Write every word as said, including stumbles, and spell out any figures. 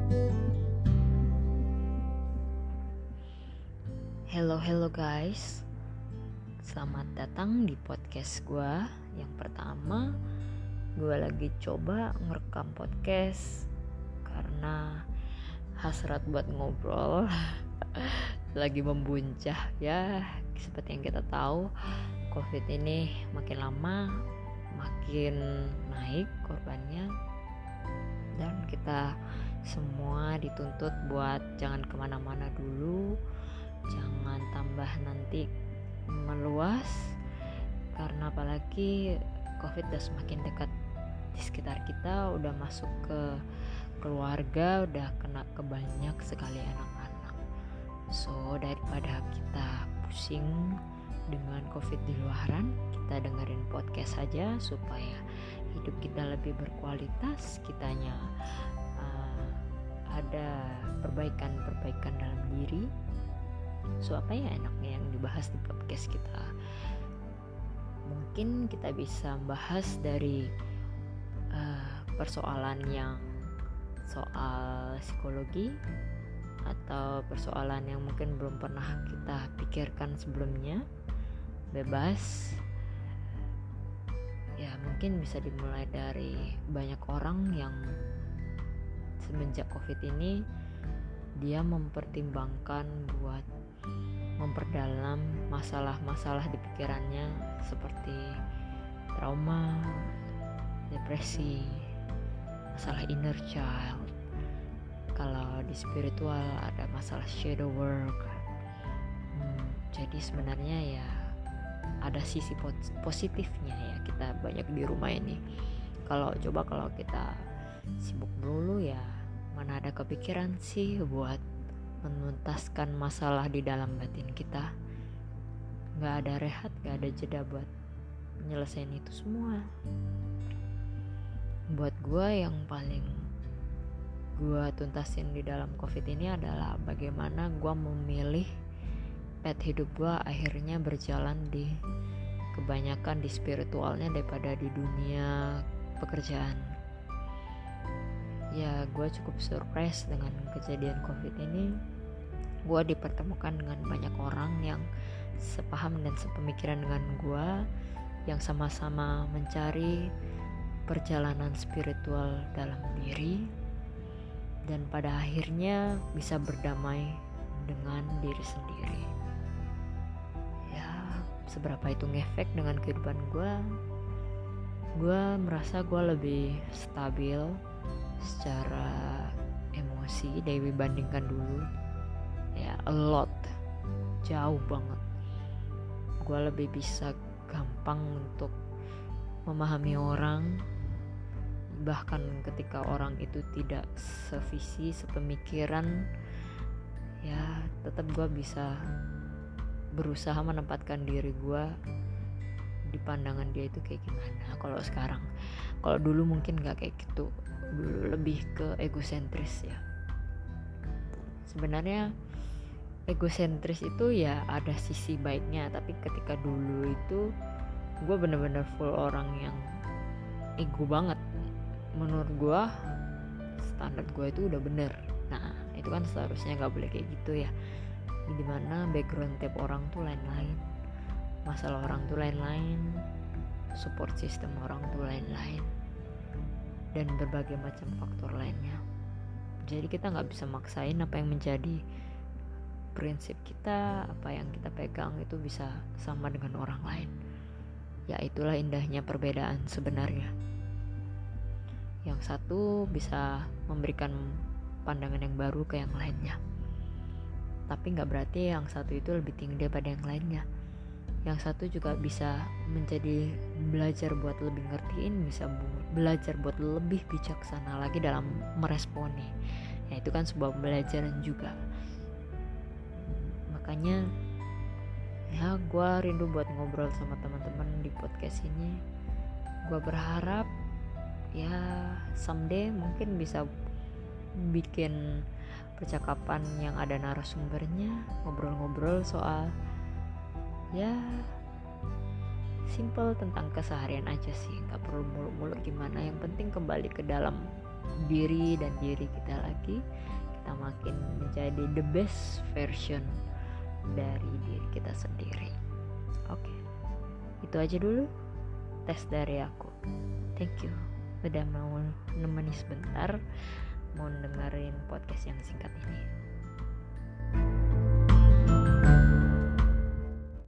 Hello hello guys, selamat datang di podcast gue. Yang pertama, gue lagi coba ngerekam podcast karena hasrat buat ngobrol lagi membuncah ya. Seperti yang kita tahu, covid ini makin lama makin naik korbannya, dan kita semua dituntut buat jangan kemana-mana dulu, jangan tambah nanti meluas, karena apalagi covid udah semakin dekat di sekitar kita, udah masuk ke keluarga, udah kena ke banyak sekali anak-anak. So daripada kita pusing dengan covid di luaran, kita dengerin podcast saja supaya hidup kita lebih berkualitas, kitanya uh, ada perbaikan-perbaikan dalam diri. So apa ya enaknya yang dibahas di podcast kita? Mungkin kita bisa bahas dari uh, persoalan yang soal psikologi, atau persoalan yang mungkin belum pernah kita pikirkan sebelumnya. Bebas. Ya mungkin bisa dimulai dari banyak orang yang semenjak covid ini dia mempertimbangkan buat memperdalam masalah-masalah di pikirannya, seperti trauma, depresi, masalah inner child. Kalau di spiritual ada masalah shadow work. hmm, Jadi sebenarnya ya ada sisi positifnya ya, kita banyak di rumah ini. Kalau coba kalau kita sibuk melulu ya mana ada kepikiran sih buat menuntaskan masalah di dalam batin kita. Gak ada rehat, gak ada jeda buat nyelesain itu semua. Buat gue yang paling gue tuntasin di dalam covid ini adalah bagaimana gue memilih path hidup gue akhirnya berjalan di kebanyakan di spiritualnya daripada di dunia pekerjaan. Ya gue cukup surprise dengan kejadian covid ini. Gue dipertemukan dengan banyak orang yang sepaham dan sepemikiran dengan gue, yang sama-sama mencari perjalanan spiritual dalam diri, dan pada akhirnya bisa berdamai dengan diri sendiri. Ya seberapa itu ngefek dengan kehidupan gue, gue merasa gue lebih stabil secara emosi dibandingkan dulu. Ya a lot, jauh banget. Gue lebih bisa gampang untuk memahami orang, bahkan ketika orang itu tidak sevisi, sepemikiran, ya tetap gue bisa berusaha menempatkan diri gue di pandangan dia itu kayak gimana. Kalau sekarang, kalau dulu mungkin gak kayak gitu, dulu lebih ke egosentris ya. Sebenarnya egosentris itu ya ada sisi baiknya, tapi ketika dulu itu gue bener-bener full orang yang ego banget. Menurut gue standar gue itu udah bener. Nah itu kan seharusnya gak boleh kayak gitu ya. Dimana background tiap orang tuh lain-lain, masalah orang tuh lain-lain, support system orang tuh lain-lain, dan berbagai macam faktor lainnya. Jadi kita gak bisa maksain apa yang menjadi prinsip kita, apa yang kita pegang itu bisa sama dengan orang lain. Ya itulah indahnya perbedaan sebenarnya. Yang satu bisa memberikan pandangan yang baru ke yang lainnya, tapi gak berarti yang satu itu lebih tinggi daripada yang lainnya. Yang satu juga bisa menjadi belajar buat lebih ngertiin, bisa bu- belajar buat lebih bijaksana lagi dalam meresponi. Ya itu kan sebuah pembelajaran juga. Makanya ya gue rindu buat ngobrol sama teman-teman di podcast ini. Gue berharap ya someday mungkin bisa bikin percakapan yang ada narasumbernya, ngobrol-ngobrol soal ya simple tentang keseharian aja sih, nggak perlu muluk-muluk gimana. Yang penting kembali ke dalam diri dan diri kita lagi, kita makin menjadi the best version dari diri kita sendiri. Oke, itu aja dulu tes dari aku. Thank you udah mau nemeni sebentar, mau dengerin podcast yang singkat ini.